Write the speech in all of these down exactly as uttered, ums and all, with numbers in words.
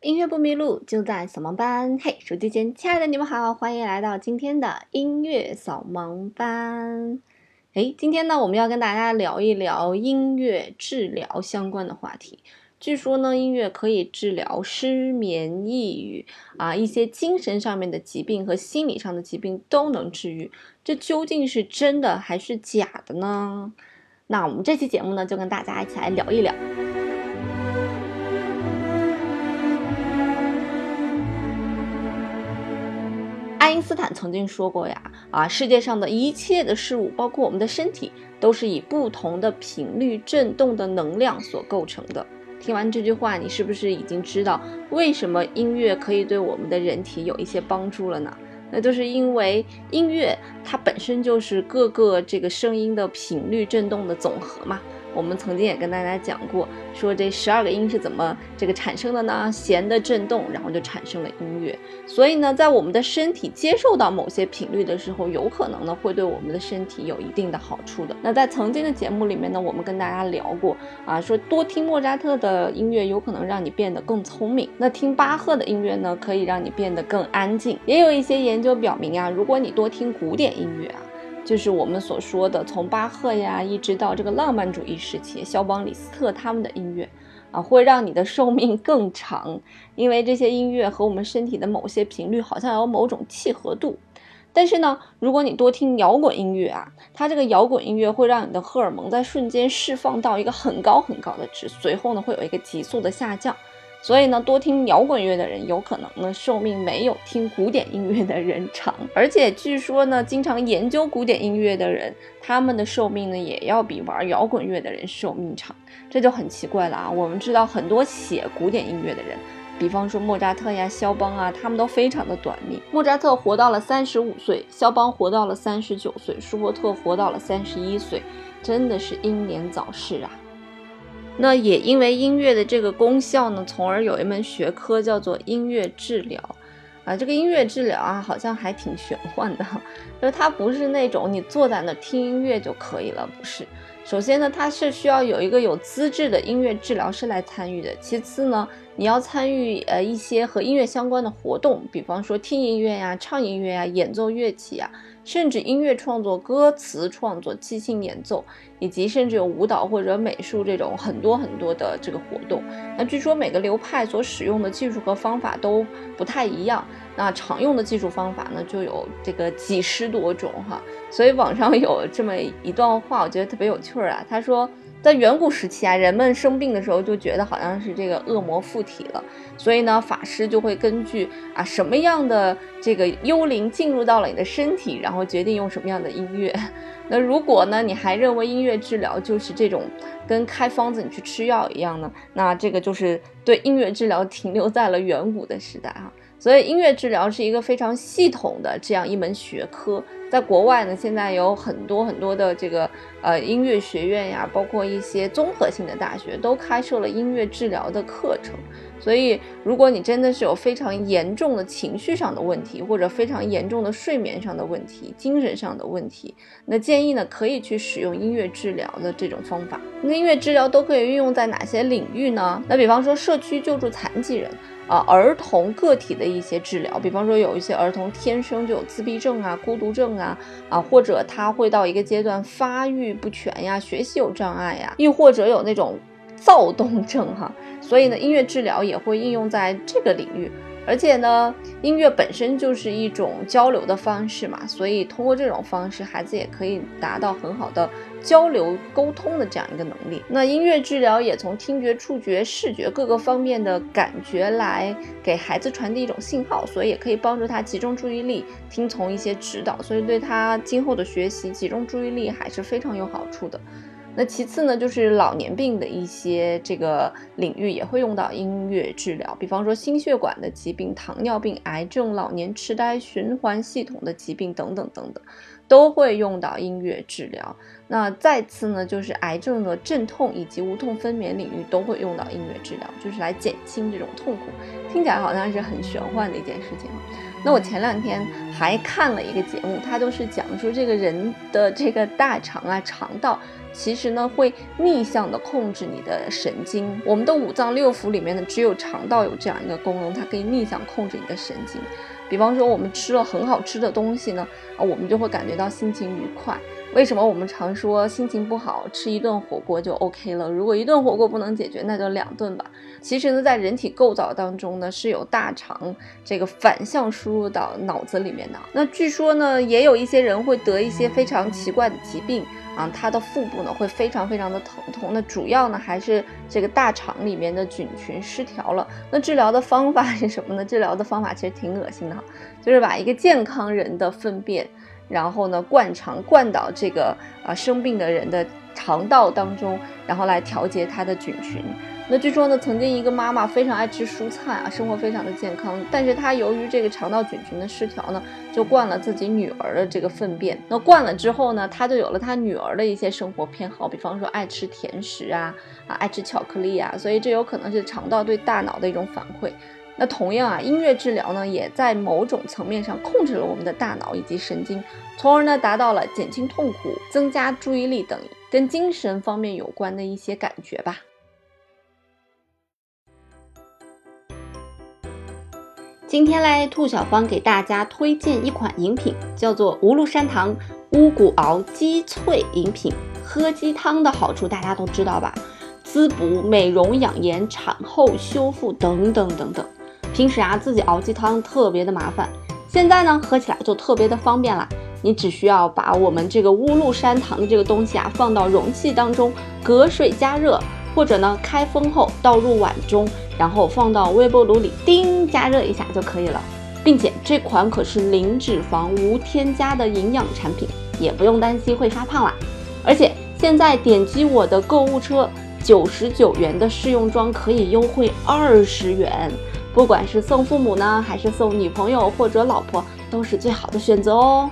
音乐不迷路，就在扫盲班。嘿，手机前亲爱的你们好，欢迎来到今天的音乐扫盲班。诶，今天呢，我们要跟大家聊一聊音乐治疗相关的话题。据说呢，音乐可以治疗失眠、抑郁啊，一些精神上面的疾病和心理上的疾病都能治愈。这究竟是真的还是假的呢？那我们这期节目呢，就跟大家一起来聊一聊。爱因斯坦曾经说过呀，啊，世界上的一切的事物，包括我们的身体，都是以不同的频率振动的能量所构成的。听完这句话，你是不是已经知道为什么音乐可以对我们的人体有一些帮助了呢？那就是因为音乐它本身就是各个这个声音的频率振动的总和嘛。我们曾经也跟大家讲过，说这十二个音是怎么这个产生的呢？弦的振动，然后就产生了音乐。所以呢，在我们的身体接受到某些频率的时候，有可能呢会对我们的身体有一定的好处的。那在曾经的节目里面呢，我们跟大家聊过啊，说多听莫扎特的音乐有可能让你变得更聪明，那听巴赫的音乐呢，可以让你变得更安静。也有一些研究表明啊，如果你多听古典音乐啊，就是我们所说的从巴赫呀一直到这个浪漫主义时期肖邦、李斯特他们的音乐啊，会让你的寿命更长，因为这些音乐和我们身体的某些频率好像有某种契合度。但是呢，如果你多听摇滚音乐啊，它这个摇滚音乐会让你的荷尔蒙在瞬间释放到一个很高很高的值，随后呢会有一个急速的下降。所以呢，多听摇滚乐的人有可能呢寿命没有听古典音乐的人长，而且据说呢，经常研究古典音乐的人，他们的寿命呢也要比玩摇滚乐的人寿命长，这就很奇怪了啊。我们知道很多写古典音乐的人，比方说莫扎特呀、肖邦啊，他们都非常的短命。莫扎特活到了三十五岁，肖邦活到了三十九岁，舒伯特活到了三十一岁，真的是英年早逝啊。那也因为音乐的这个功效呢，从而有一门学科叫做音乐治疗啊。这个音乐治疗啊，好像还挺玄幻的，就是它不是那种你坐在那听音乐就可以了，不是。首先呢，它是需要有一个有资质的音乐治疗师来参与的。其次呢，你要参与呃一些和音乐相关的活动，比方说听音乐呀、唱音乐呀、演奏乐器呀，甚至音乐创作、歌词创作、即兴演奏，以及甚至有舞蹈或者美术这种很多很多的这个活动。那据说每个流派所使用的技术和方法都不太一样，那常用的技术方法呢就有这个几十多种哈。所以网上有这么一段话，我觉得特别有趣啊。他说，在远古时期啊，人们生病的时候就觉得好像是这个恶魔附体了，所以呢，法师就会根据啊什么样的这个幽灵进入到了你的身体，然后决定用什么样的音乐。那如果呢，你还认为音乐治疗就是这种跟开方子你去吃药一样呢，那这个就是对音乐治疗停留在了远古的时代哈。所以音乐治疗是一个非常系统的这样一门学科，在国外呢，现在有很多很多的这个呃音乐学院呀，包括一些综合性的大学都开设了音乐治疗的课程。所以如果你真的是有非常严重的情绪上的问题，或者非常严重的睡眠上的问题、精神上的问题，那建议呢可以去使用音乐治疗的这种方法。那音乐治疗都可以运用在哪些领域呢？那比方说社区救助残疾人啊，儿童个体的一些治疗，比方说有一些儿童天生就有自闭症啊、孤独症啊，啊或者他会到一个阶段发育不全呀、学习有障碍呀，亦或者有那种躁动症哈，所以呢，音乐治疗也会应用在这个领域。而且呢，音乐本身就是一种交流的方式嘛，所以通过这种方式，孩子也可以达到很好的交流沟通的这样一个能力。那音乐治疗也从听觉、触觉、视觉各个方面的感觉来给孩子传递一种信号，所以也可以帮助他集中注意力，听从一些指导，所以对他今后的学习集中注意力还是非常有好处的。那其次呢，就是老年病的一些这个领域也会用到音乐治疗，比方说心血管的疾病、糖尿病、癌症、老年痴呆、循环系统的疾病等等等等， 都会用到音乐治疗。那再次呢，就是癌症的镇痛以及无痛分娩领域都会用到音乐治疗，就是来减轻这种痛苦。听起来好像是很玄幻的一件事情。那我前两天还看了一个节目，它都是讲说这个人的这个大肠啊、肠道其实呢会逆向的控制你的神经。我们的五脏六腑里面呢，只有肠道有这样一个功能，它可以逆向控制你的神经。比方说我们吃了很好吃的东西呢，啊，我们就会感觉到心情愉快。为什么我们常说心情不好吃一顿火锅就 OK 了？如果一顿火锅不能解决，那就两顿吧。其实呢，在人体构造当中呢，是有大肠这个反向输入到脑子里面的。那据说呢，也有一些人会得一些非常奇怪的疾病啊，他的腹部呢会非常非常的疼痛。那主要呢还是这个大肠里面的菌群失调了。那治疗的方法是什么呢？治疗的方法其实挺恶心的，就是把一个健康人的粪便，然后呢灌肠灌到这个啊生病的人的肠道当中，然后来调节它的菌群。那据说呢，曾经一个妈妈非常爱吃蔬菜啊，生活非常的健康，但是她由于这个肠道菌群的失调呢，就灌了自己女儿的这个粪便。那灌了之后呢，她就有了她女儿的一些生活偏好，比方说爱吃甜食啊，啊爱吃巧克力啊，所以这有可能是肠道对大脑的一种反馈。那同样啊，音乐治疗呢，也在某种层面上控制了我们的大脑以及神经，从而呢达到了减轻痛苦、增加注意力等跟精神方面有关的一些感觉吧。今天嘞，兔小芳给大家推荐一款饮品，叫做无鹿山堂乌骨熬鸡脆饮品。喝鸡汤的好处大家都知道吧？滋补、美容、养颜、产后修复等等等等。平时啊，自己熬鸡汤特别的麻烦，现在呢，喝起来就特别的方便啦。你只需要把我们这个乌鹿山堂的这个东西啊，放到容器当中，隔水加热，或者呢开封后倒入碗中，然后放到微波炉里叮加热一下就可以了。并且这款可是零脂肪无添加的营养产品，也不用担心会发胖啦。而且现在点击我的购物车，九十九元的试用装可以优惠二十元，不管是送父母呢，还是送女朋友或者老婆，都是最好的选择哦。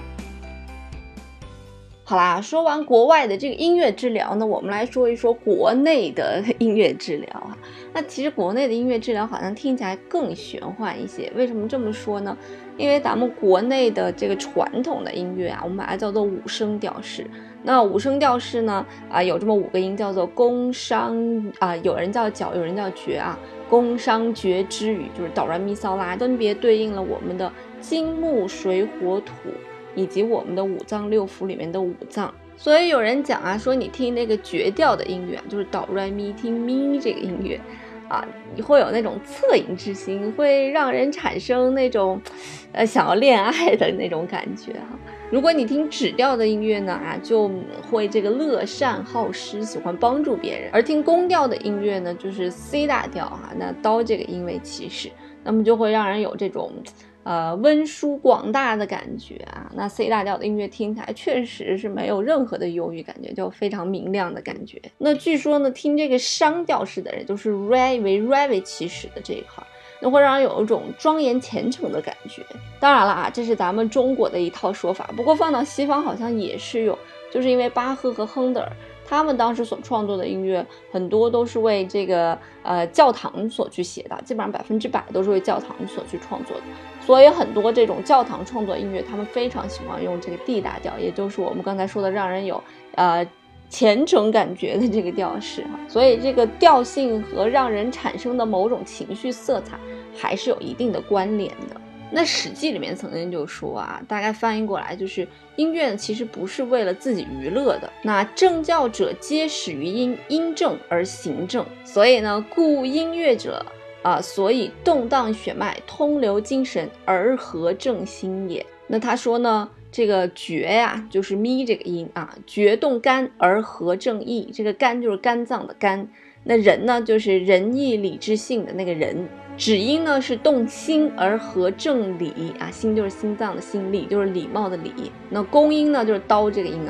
好啦，说完国外的这个音乐治疗呢，我们来说一说国内的音乐治疗啊。那其实国内的音乐治疗好像听起来更玄幻一些，为什么这么说呢？因为咱们国内的这个传统的音乐啊，我们把它叫做五声调式。那五声调式呢，啊、呃、有这么五个音，叫做宫商啊、呃，有人叫角，有人叫绝啊。宫商角徵羽就是哆来咪嗦拉，分别对应了我们的金木水火土，以及我们的五脏六腑里面的五脏。所以有人讲啊，说你听那个绝调的音乐，就是哆来咪听咪这个音乐啊，你会有那种恻隐之心，会让人产生那种呃想要恋爱的那种感觉哈、啊。如果你听指调的音乐呢啊，就会这个乐善好施，喜欢帮助别人；而听宫调的音乐呢，就是 C 大调哈、啊，那刀这个音为起始，那么就会让人有这种呃温疏广大的感觉啊。那 C 大调的音乐听起来确实是没有任何的忧郁感觉，就非常明亮的感觉。那据说呢，听这个商调式的人，就是 Re 为 Re 为起始的这一块，那会让人有一种庄严虔诚的感觉。当然了啊，这是咱们中国的一套说法，不过放到西方好像也是有，就是因为巴赫和亨德尔他们当时所创作的音乐很多都是为这个呃教堂所去写的，基本上百分之百都是为教堂所去创作的。所以很多这种教堂创作音乐，他们非常喜欢用这个 D 大调，也就是我们刚才说的让人有呃虔诚感觉的这个调式哈。所以这个调性和让人产生的某种情绪色彩还是有一定的关联的。那《史记》里面曾经就说啊，大概翻译过来就是音乐呢其实不是为了自己娱乐的。那正教者皆始于音，因正而行正，所以呢，故音乐者啊，所以动荡血脉，通流精神，而和正心也。那他说呢，这个决呀，就是咪这个音啊，决动肝而和正意，这个肝就是肝脏的肝。那人呢，就是仁义礼智信的那个人。止音呢是动心而和正礼啊，心就是心脏的心，礼就是礼貌的礼。那宫音呢就是刀这个音啊，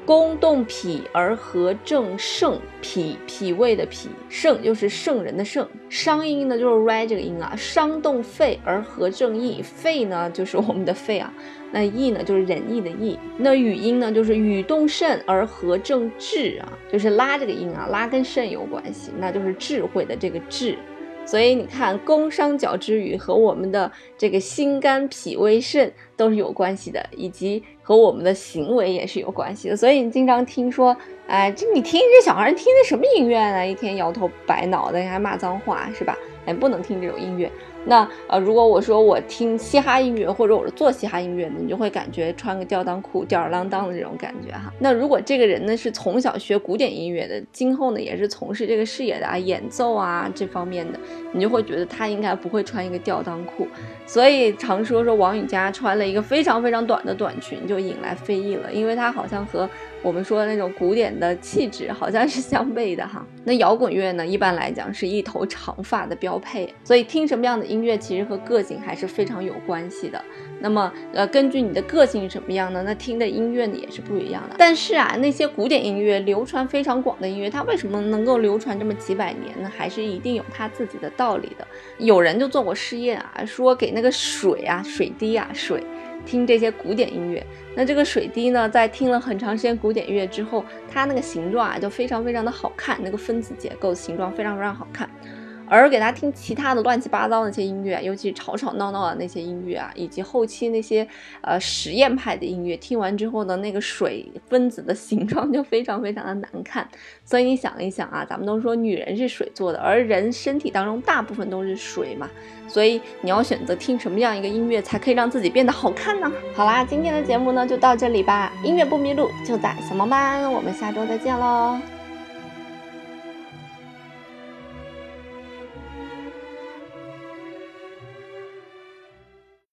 宫动脾而和正肾，脾脾胃的脾，肾就是圣人的圣。伤阴呢就是 r 这个音啊，伤动肺而和正义，肺呢就是我们的肺啊，那义呢就是仁义的义。那语音呢就是语动肾而和正志啊，就是拉这个音啊，拉跟肾有关系，那就是智慧的这个智。所以你看，宫商角之语和我们的这个心肝脾胃肾都是有关系的，以及和我们的行为也是有关系的。所以你经常听说，哎，这你听这小孩听的什么音乐呢？一天摇头摆脑的，还骂脏话，是吧？哎，不能听这种音乐。那呃，如果我说我听嘻哈音乐，或者我是做嘻哈音乐呢，你就会感觉穿个吊裆裤吊儿郎当的这种感觉哈。那如果这个人呢是从小学古典音乐的，今后呢也是从事这个事业的啊，演奏啊这方面的，你就会觉得他应该不会穿一个吊裆裤。所以常说说王羽佳穿了一个非常非常短的短裙就引来非议了，因为他好像和我们说的那种古典的气质好像是相悖的哈。那摇滚乐呢，一般来讲是一头长发的标配，所以听什么样的音乐其实和个性还是非常有关系的。那么呃，根据你的个性是什么样呢，那听的音乐呢也是不一样的。但是啊，那些古典音乐流传非常广的音乐，它为什么能够流传这么几百年呢？还是一定有它自己的道理的。有人就做过实验啊，说给那个水啊水滴啊水听这些古典音乐，那这个水滴呢在听了很长时间古典音乐之后，它那个形状啊就非常非常的好看，那个分子结构形状非常非常好看。而给他听其他的乱七八糟的那些音乐，尤其是吵吵闹闹的那些音乐啊，以及后期那些呃实验派的音乐，听完之后呢，那个水分子的形状就非常非常的难看。所以你想一想啊，咱们都说女人是水做的，而人身体当中大部分都是水嘛，所以你要选择听什么样一个音乐才可以让自己变得好看呢？好啦，今天的节目呢就到这里吧，音乐不迷路就在小萌班，我们下周再见喽。